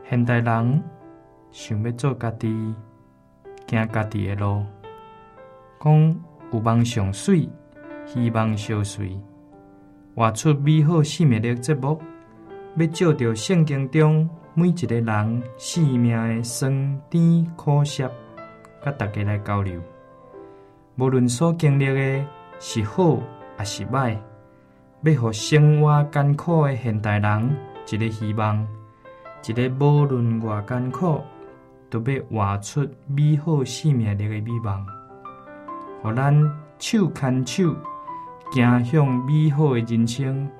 现代人想要做家己，行家己的路，讲有梦上水，希望相随，活出美好生命力节目，要照着圣经中每一个人生命的酸甜苦涩，甲大家来交流。无论所经历的是好还是歹，要互生活艰苦的现代人一个希望，一个无论偌艰苦，都要活出美好生命力的美梦，互咱手牵手，行向美好的人生。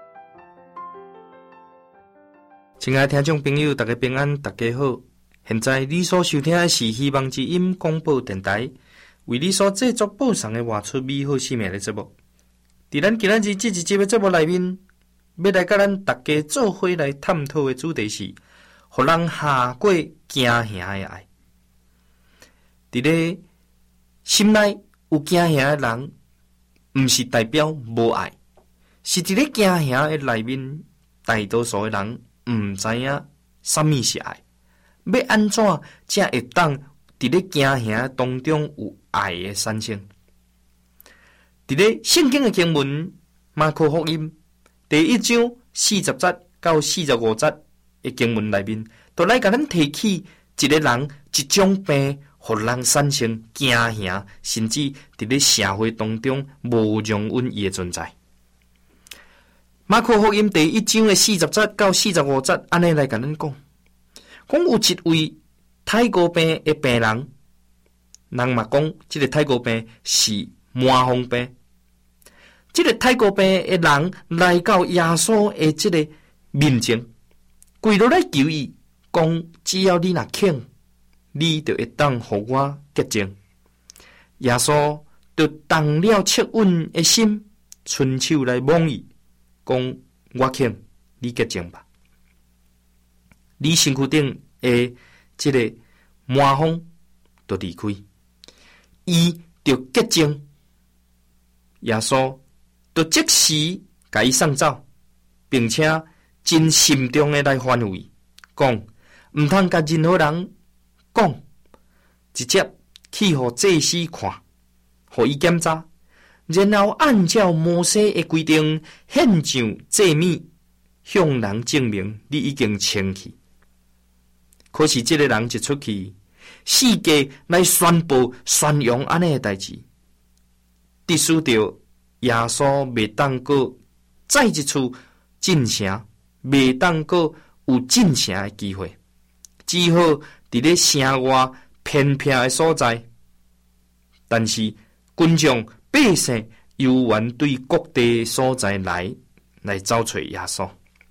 亲爱的听众朋友，大家平安，大家好。现在你所收听的是希望之音广播电台，为你所制作播送的活出美好生命的节目。在咱今日这一集的节目内面，要来甲咱大家做伙来探讨的主题是，互人下过惊吓的爱。伫咧心内有惊吓的人，毋是代表无爱，是伫咧惊吓的内面，大多数的人毋知影什么是爱，要安怎才会当伫咧惊吓当中有爱的产生？伫咧圣经的经文马可福音第1章40节到45节的经文内面，都来甲咱提起一个人一种病，互人产生惊吓，甚至伫咧社会当中无容允伊的存在。马可福音第1章的40节到45节，安尼来甲咱讲，有一位太过病的病人，人嘛讲，这个太过病是麻风病。这个太过病的人来到耶稣的这个面前，跪落来求伊，讲只要你若肯，你就会当互我洁净。耶稣就动了恻隐的心，伸手来摸伊，讲我肯，你洁净吧。你身躯顶的这个麻风就离开，伊就洁净。耶稣就即时甲伊送走，并且真慎重的来反悔，讲毋通甲任何人讲，直接去互祭司看，互伊检查，然后按照摩西的规定献上祭物，向人证明你已经清去。可是这个人一出去，世界来宣布宣扬安尼的代志，得使着耶稣未当过再一次进城，未当过有进城的机会，只好伫咧城外偏僻的所在。但是群众百姓犹原对各地所在来找找耶稣。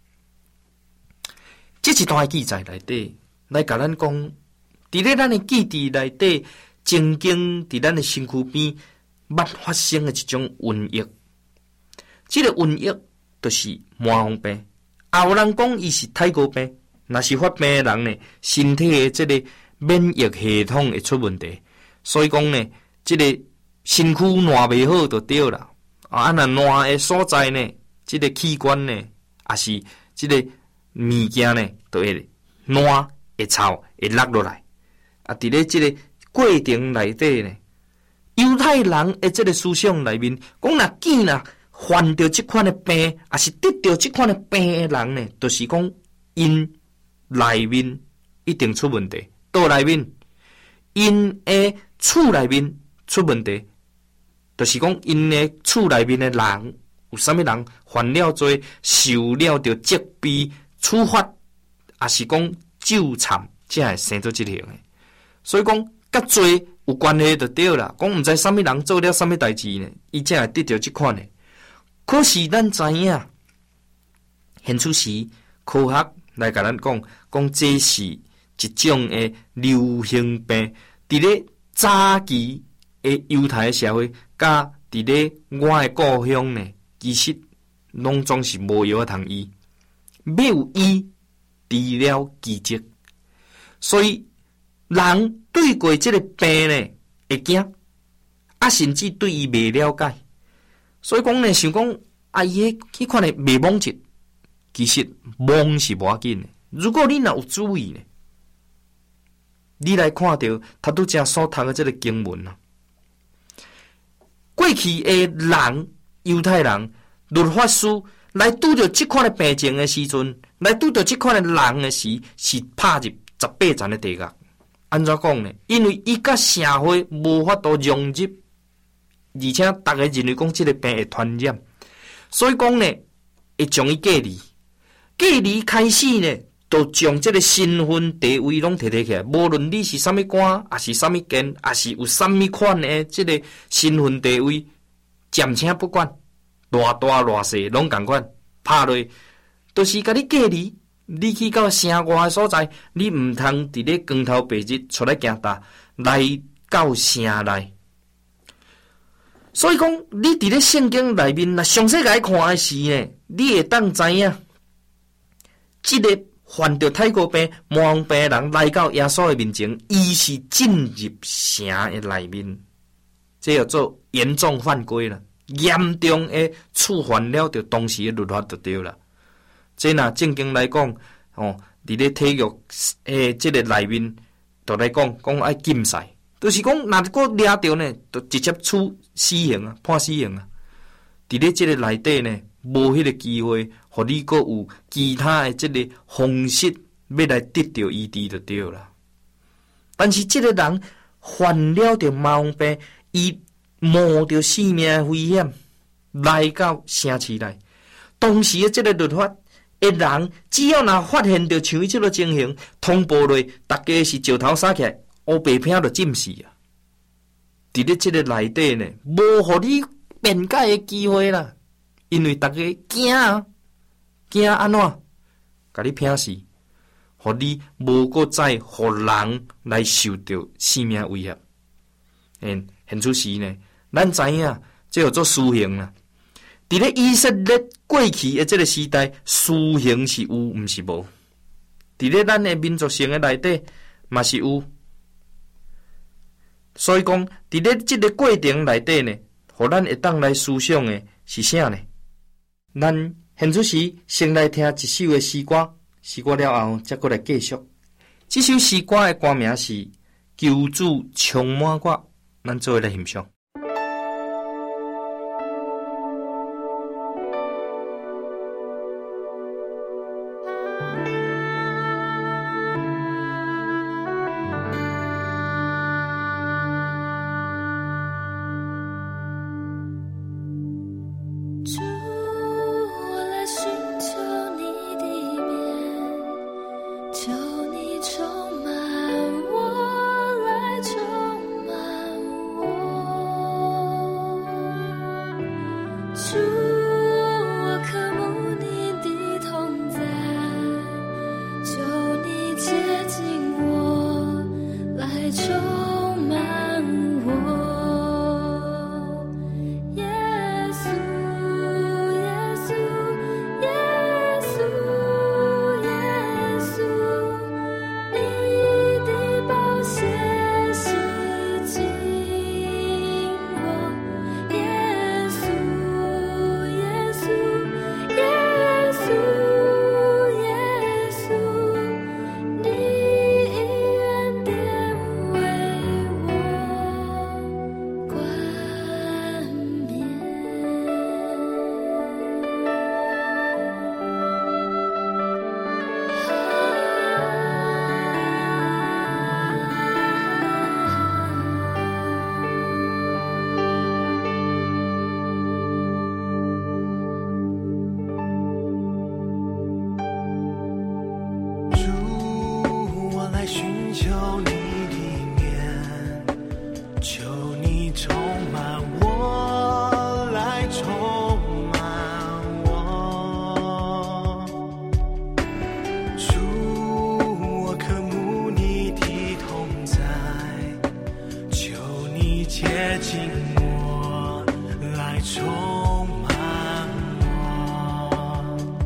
这一段记载内底来甲咱讲，伫咧咱的记忆内底，曾经伫咱的身躯边捌发生的一种瘟疫。这个瘟疫就是麻风病，也有人讲伊是太过病。若是发病的人呢，身体的这个免疫系统会出问题，所以讲呢，这个身躯烂袂好就对了。若烂的所在呢，这个器官呢，也是这个物件呢，就会烂会臭会落落来。伫咧这个过程内底呢，犹太人的这个思想内面，讲若见啦患着这款的病，也是得着这款的病的人呢，就是讲因内面一定出问题。倒内面，因的厝内面出问题，就是讲因的厝内面的人有啥物人犯了罪，受了着疾病处罚，也是讲咒惨，才会生做这个样的。所以讲，甲罪有关系就对啦。讲毋知啥物人做了啥物代志呢，伊才会得着这款的。可是咱知影，现此时科学来甲咱讲，这是一种的流行病。伫咧早期的犹太社会，甲伫咧我的故乡呢，其实拢总是无药通医，要有医治了奇迹。所以人对过这个病呢会惊，甚至对伊未了解。所以讲呢，想讲伊迄款的未懵疾，其实懵是无要紧的， 如果你若有注意呢，你来看到他拄则所读的这个经文啊，过去的人，犹太人律法师来拄着这款的病症的时阵，来拄着这款的人的时，是拍入18层的地狱。安怎讲呢？因为伊甲社会无法度融入，而且大家认为讲这个病会传染，所以讲呢，会将伊隔离。隔离开始呢，就将这个身份地位拢摕起来。无论你是啥物官，还是啥物官，还是有啥物款的这个身份地位，暂且不管，偌大偌细拢共款，拍落都是甲你隔离。你去到城外的所在，你毋通伫咧光头白日出来行大，来到城内。所以讲，你伫咧圣经内面，若详细来看的是呢，你会当知影，这个患着太过病、麻风病的人来到耶稣的面前，伊是进入城的内面，这叫做严重犯规了，严重的触犯了着当时的律法就对了。这若正经来讲，伫咧体育这个内面，就来讲爱禁赛，就是讲若个抓着呢，就直接处死刑啊，判死刑啊。伫咧这个内底呢，无迄个机会，互你阁有其他的这个方式要来得到医治就对了。但是这个人患了着麻风病，伊冒着性命危险来到城市内，当时的这个律法。人只要若发现着像伊这个情形，通报落，大家是石头撒起来，黑白片就浸死啊！伫咧这个内底呢，无互你辩解的机会啦，因为大家惊啊，惊安怎？甲你拼死，互你无搁再互人来受到性命威胁。现出时呢，咱知影这叫做私刑啦。伫咧以色列过去的这个时代，私刑是有，毋是无。伫咧咱的民族性的内底，嘛是有。所以讲，伫咧这个过程内底呢，互咱会当来思想的是啥呢？咱现出时先来听一首的诗歌，诗歌了后，再过来继续。这首诗歌的歌名是《求主充满我》，咱做伙来欣赏。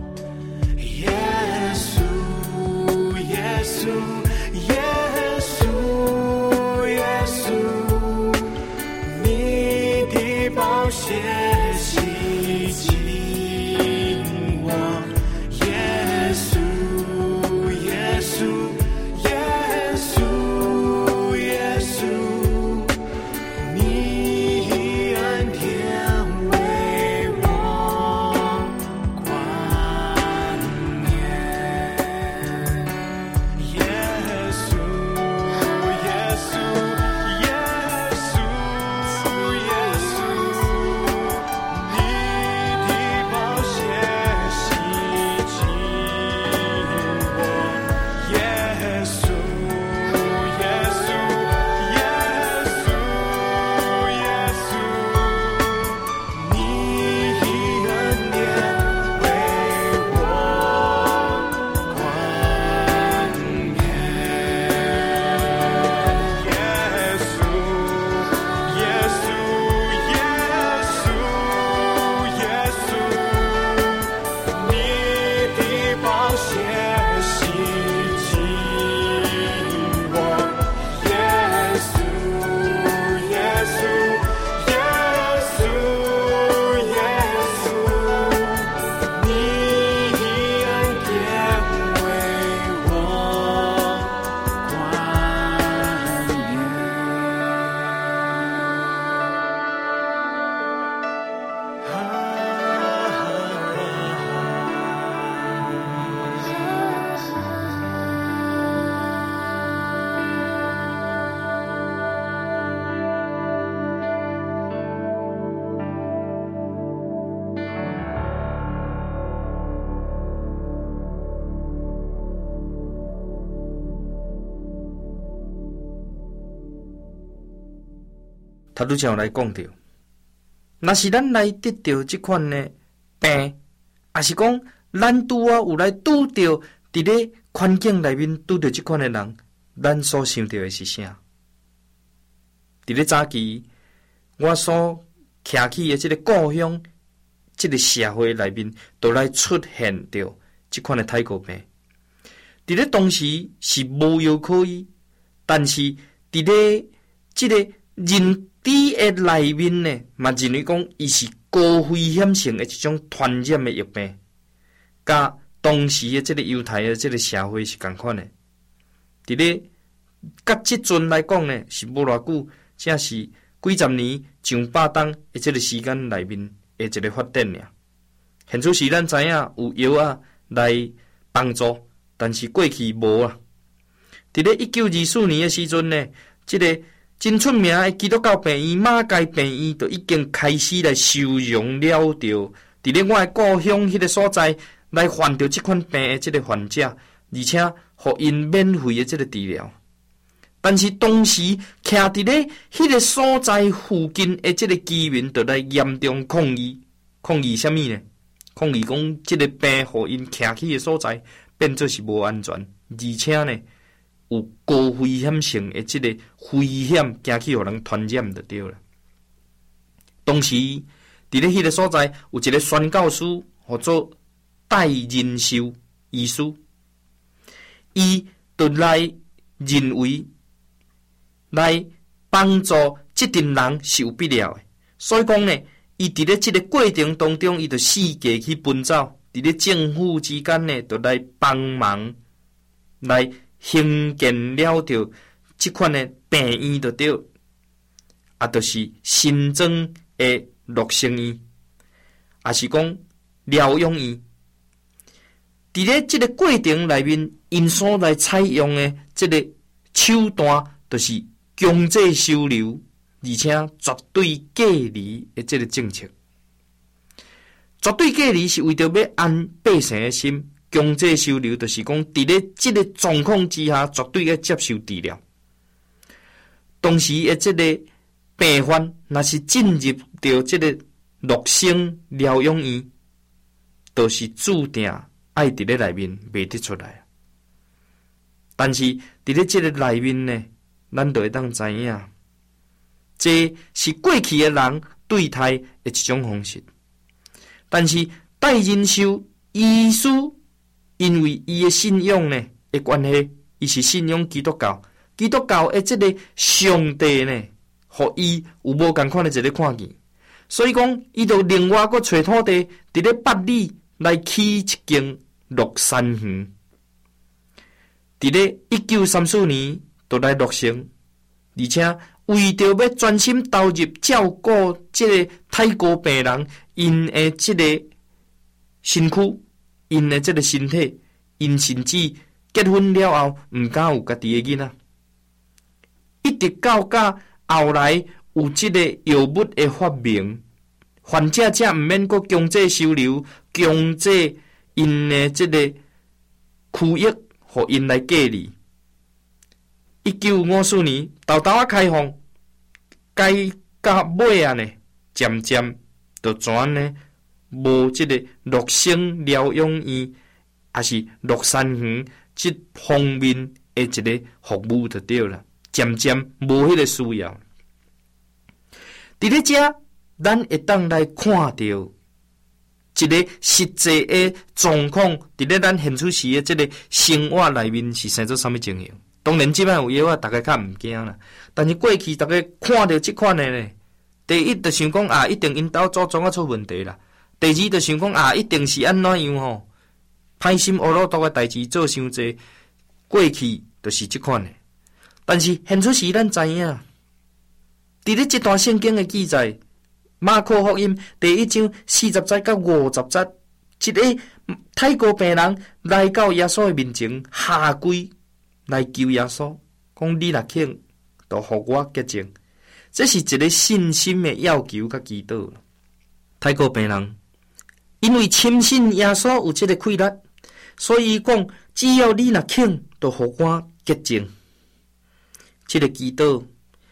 耶稣，耶稣。 他拄则有来讲到，若是咱来得到即款的病，也是讲咱拄啊有来拄到伫咧环境内面拄到即款的人，咱所想到的是啥？伫咧早期，我所徛起的即个故乡，即个社会内面，都来出现着即款的太过病。伫咧当时是无药可医，但是伫咧即个人体的内面呢，嘛认为讲伊是高危险性的一种传染的疫病，甲当时的即个犹太的即个社会是共款的。伫咧甲即阵来讲呢，是无偌久，正是几十年、上百冬的即个时间内面的一个发展尔。现在是咱知影有药啊来帮助，但是过去无啊。伫咧1924年的时阵呢，即个真出名的基督教病院马偕病院就已经开始来收容了着伫咧我的故乡迄个所在来患着即款病的即个患者，而且互因免费的即个治疗。但是当时徛伫咧迄个所在附近的即个居民，就来严重抗议，抗议什么呢？抗议讲即个病互因徛起的所在变做是无安全，而且呢有高危险性的即个危险，惊去互人传染就对了。当时伫咧迄个所在有一个宣教师，叫做戴仁寿医师，伊就来认为来帮助即阵人是有必要的，所以讲呢，伊伫咧即个过程当中，伊就四界去奔走，伫咧政府之间呢，就来帮忙来兴建了着即款的病院就对，啊，就是新庄的乐生院，也是讲疗养院。伫咧即个过程内面，因所来采用的即个手段，就是强制收留，而且绝对隔离的即个政策。绝对隔离是为着要安百姓的心。强制收留就是讲，伫咧即个状况之下，绝对要接受治疗。当时的即个病患，若是进入到即个乐生疗养院，都是注定爱伫咧内面袂得出来。但是伫咧即个内面呢，咱就会当知影，这是过去的人对待的一种方式。但是戴仁寿医师，因为伊的信仰呢的关系，伊是信仰基督教，基督教的这个上帝呢，互伊有无共款的一个看见，所以讲伊就另外搁找土地伫咧北里来起一间乐山园，伫咧1934年就来落成，而且为着要专心投入照顾这个太高病人，因的这个身躯。因的这个身体，因甚至结婚了后，唔敢有家己的囡仔，一直到后来有这个药物的发明，患者才唔免搁强制收留，强制因的这个区域，互因来隔离。1954年，豆豆啊开放，该到尾啊呢，渐渐就转呢。无即个乐生疗养院，还是乐山园这方面的一个服务就对了，渐渐无迄个需要。伫咧遮，咱会当来看到一个实际的状况，伫咧咱现出时的这个生活内面是生做啥物情形？当然，即摆有药啊，大家较毋惊啦。但是过去大家看到即款的呢，第一就想讲啊，一定因兜祖宗啊出问题啦。第二就想讲啊，一定是安怎样吼，歹心乌鲁毒的代志做伤济，过去就是即款的。但是现出时咱知影，伫咧这段圣经的记载，马可福音第1章40节到50节，一个太高病人来到耶稣的面前，下跪来求耶稣，讲你若肯，就互我洁净。这是一个信心的要求甲祈祷。太高病人。因为深信耶稣有这个气力，所以讲只要你若肯，就互我洁净。这个祈祷，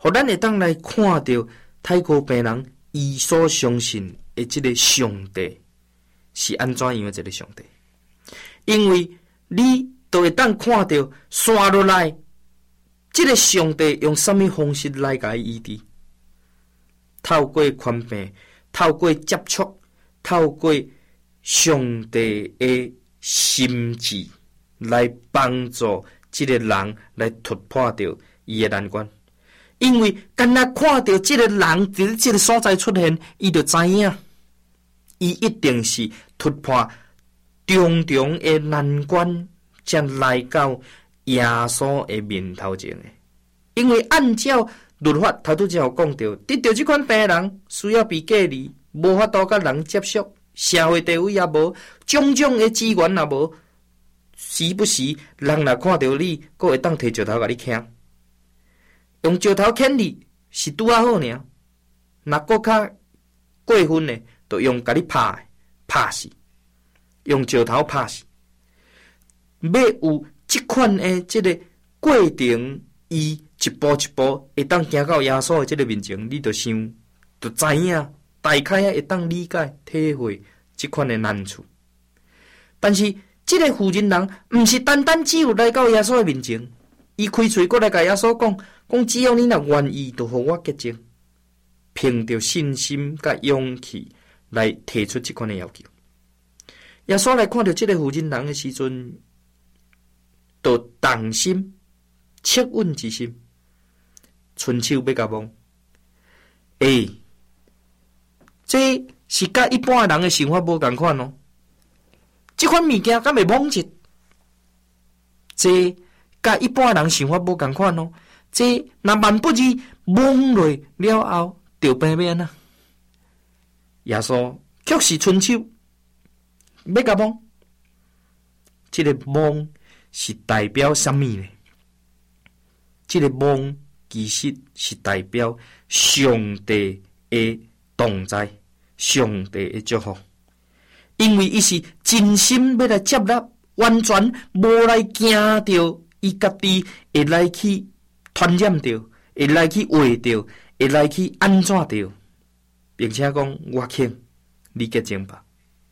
互咱会当来看到太过病人伊所相信的这个上帝是安怎样的一个上帝，因为你都会当看到刷落来，这个上帝用什么方式来甲伊医治？透过宽病，透过接触，透过上帝的心智来帮助这个人来突破掉伊的难关。因为干那看到这个人伫这个所在出现，伊就知影，伊一定是突破重重的难关，才来到耶稣的面头前的。因为按照律法，头拄才有讲到，得到这款病人需要被隔离，无法度甲人接触，社会地位也无，种种的资源也无，时不时人若看到你，佫会当摕石头甲你钿。用石头钿你是拄啊好尔，若佫较过分的，就用甲你拍死，用石头拍死。要有这款的这个过程，伊一步一步会当行到耶稣的这个面前，你就想，就知影，大概会当理解、体会这款的难处。但是这个妇人人，毋是单单只有来到耶稣的面前，伊开嘴过来甲耶稣讲只要你若愿意，就互我洁净，凭着信心甲勇气来提出这款的要求。耶稣来看到这个妇人人的时阵，就动心，恻隐之心，伸手要甲摸。这是甲一般的人的想法无共款哦。这款物件敢袂摸一？这甲一般的人想法无共款哦。这若万不至摸落了后，就变变啊！耶稣却是伸手要甲摸。这个摸是代表什么呢？这个摸其实是代表上帝的同在，上帝的祝福，因为伊是真心要来接纳，完全无来惊着伊家己会来去传染着，会来去话着，会来去安怎着，并且讲我请你洁净吧。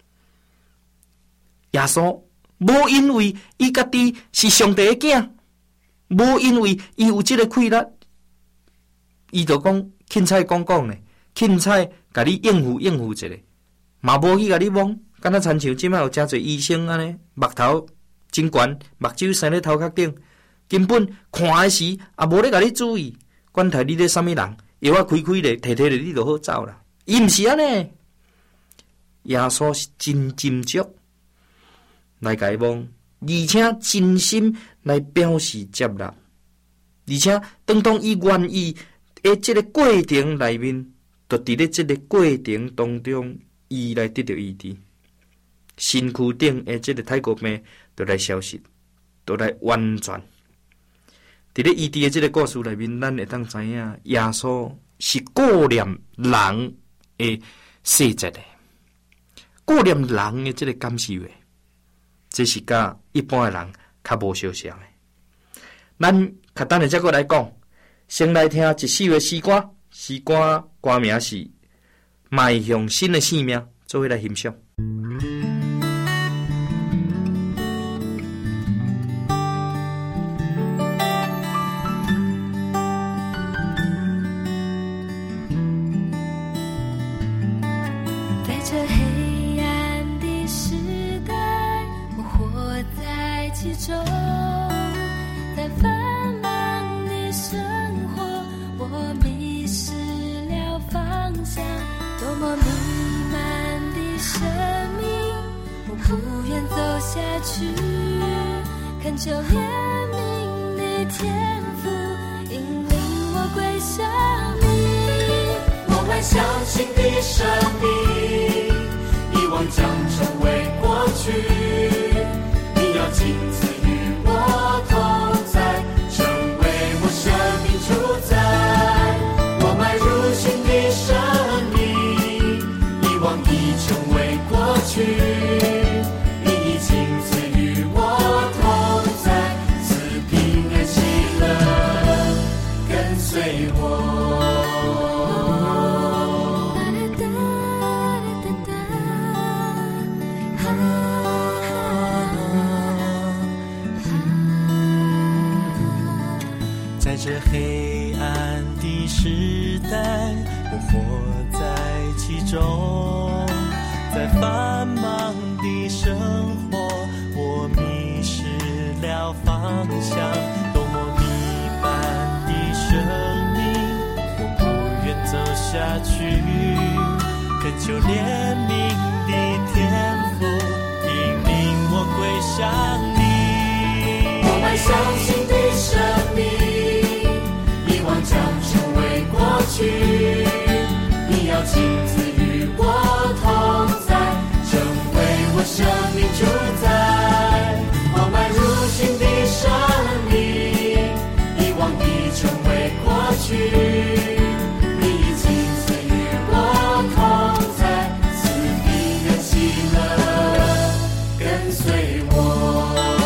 耶稣无因为伊家己是上帝的囝，无因为伊有这个气力，伊就讲凊彩讲呢，凊彩甲你应付一下，嘛无去甲你摸，敢若亲像即摆有真侪医生安尼，目头真悬，目睭生咧头壳顶。根本看的时也无咧甲你注意，管他你咧什么人，药啊开咧，摕咧你就好走啦。伊毋是安尼，耶稣是真斟酌来甲伊摸，而且真心来表示接纳，而且当伊愿意的这个过程内面，就伫咧这个过程当中，伊来得到医治，身躯顶的这个太过病就来消失，就来完全。伫咧医治的这个故事内面，咱会当知影，耶稣是顾念人的细节的，顾念人的这个感受的，这是甲一般的人较无相像的。咱较等下再过来讲，先来听一首的诗歌，诗歌歌名是《迈向新的生命》，做伙来欣赏。 在繁忙的生活，我迷失了方向，多么弥漫的生命，我不愿走下去，恳求怜悯的天父引领我归向你。我迈向新的生命，遗忘将成为过去，你要亲自与我同在，成为我生命主宰。我迈入新的生命，遗忘已成为过去，你已亲自与我同在，赐平安喜乐跟随我。 中，在繁忙的生活，我迷失了方向，多么迷茫的生命，我不愿走下去，恳求怜悯的天父，引领我归向你。 我们相信的生命，遗忘将成为过去，你要亲自与我同在，成为我生命主宰。我们如新的生命，遗忘的成为过去，你已亲自与我同在，赐平安喜乐跟随我。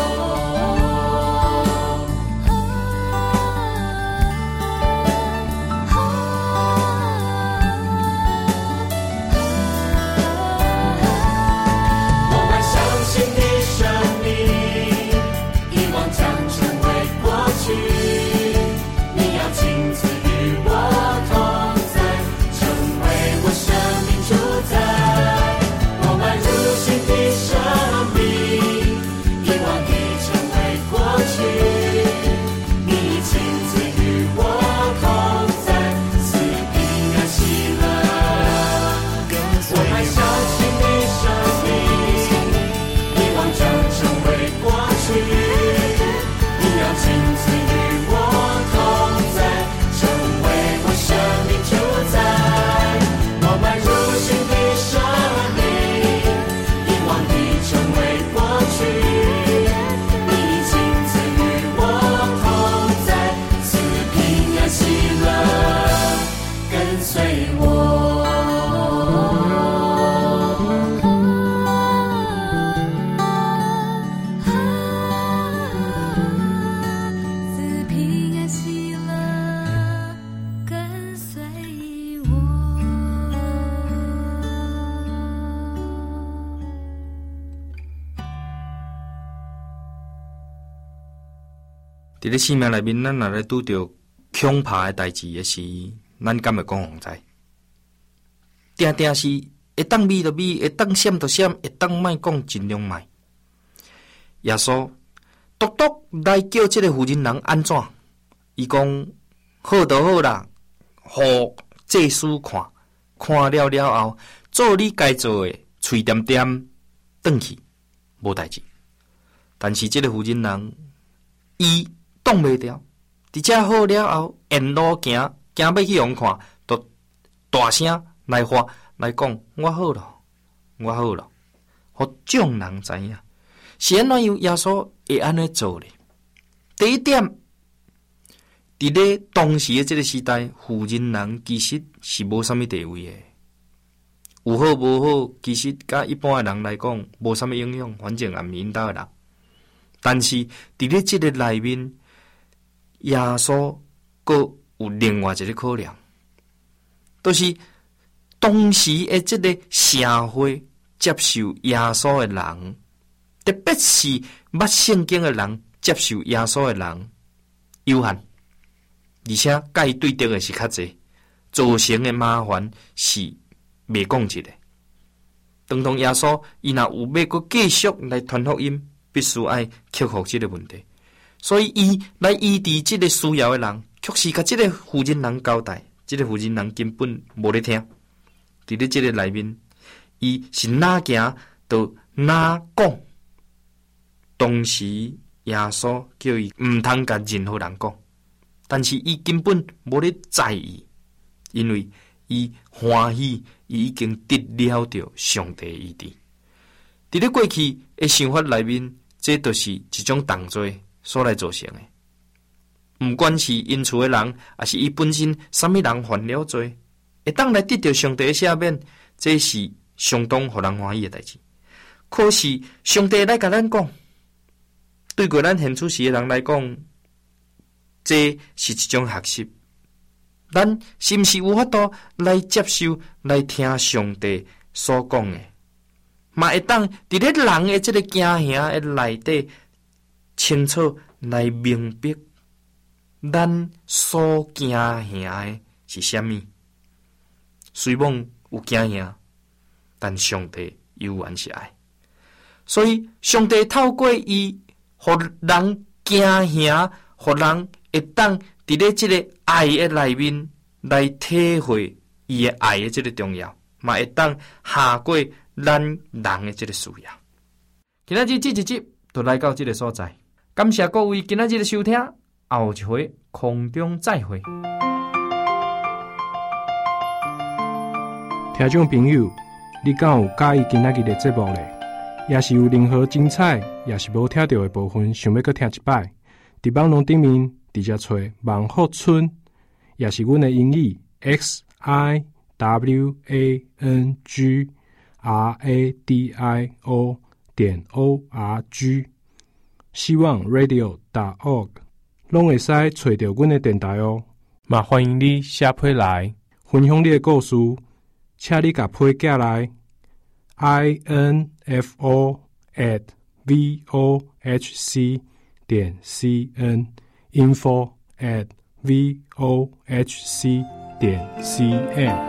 伫咧生命内面，咱若咧拄着恐怕的代志的时，咱敢会讲防在？定定是会当咪就咪，会当闪就闪，会当莫讲尽量莫。耶稣独独来叫这个妇人人安怎？伊讲好就好啦，互祭司看，看了了后，做你该做的，喙点点转去，无代志。但是这个妇人人，伊挡袂牢，伫遮好了后，沿路行要去互看，就大声来发来讲：我好了，我好了，互众人知影。是安怎样耶稣会安尼做咧？第一点，伫咧当时的这个时代，妇人人其实是无啥物地位的，有好无好，其实甲一般的人来讲无啥物影响，反正也毋是因兜的人。但是伫咧这个内面，耶稣阁有另外一个考量，就是当时的这个社会接受耶稣的人，特别是捌圣经的人接受耶稣的人有限，而且甲伊对敌的是较济，造成的麻烦是未讲一个。当同耶稣伊若有要阁继续来传福音，必须爱克服这个问题。所以伊来医治这个需要的人，却是甲这个妇人人交代，这个妇人人根本无咧听。伫咧这个内面，伊是哪行就哪讲。当时耶稣叫伊毋通甲任何人讲，但是伊根本无咧在意，因为伊欢喜，伊已经得了着上帝医治。伫咧过去的想法内面，这就是一种动作所来造成的。毋管是因厝的人，还是伊本身啥物人犯了罪，会当来得到上帝的赦免，这是相当互人欢喜的代志。可是上帝来甲咱讲，对过咱现处时的人来讲，这是一种学习。咱是毋是有法度来接受、来听上帝所讲的？嘛会当伫咧人的这个惊吓的内底，清楚来明白咱所惊吓的是啥物。虽望有惊吓， 但上帝永远是爱，所以上帝透过伊，互人惊吓，互人会当伫咧即个爱的内面来体会伊的爱的即个重要，嘛会当下过咱人的即个需要。今仔日这一集就来到这个所在，感谢各位今仔日的收听，后一回空中再会。 听众朋友，你敢有介意今仔日的节目呢？也是有任何精彩，也是无听到的部分，想要搁听一摆？伫网络顶面直接找万福村，也是阮的英语 XIWANGRADIO.org， 希望 radio.org， 拢会使找到阮的电台哦。嘛欢迎你写批来，分享你的故事。请你甲批寄来 info@vohc.cn info@vohc.cn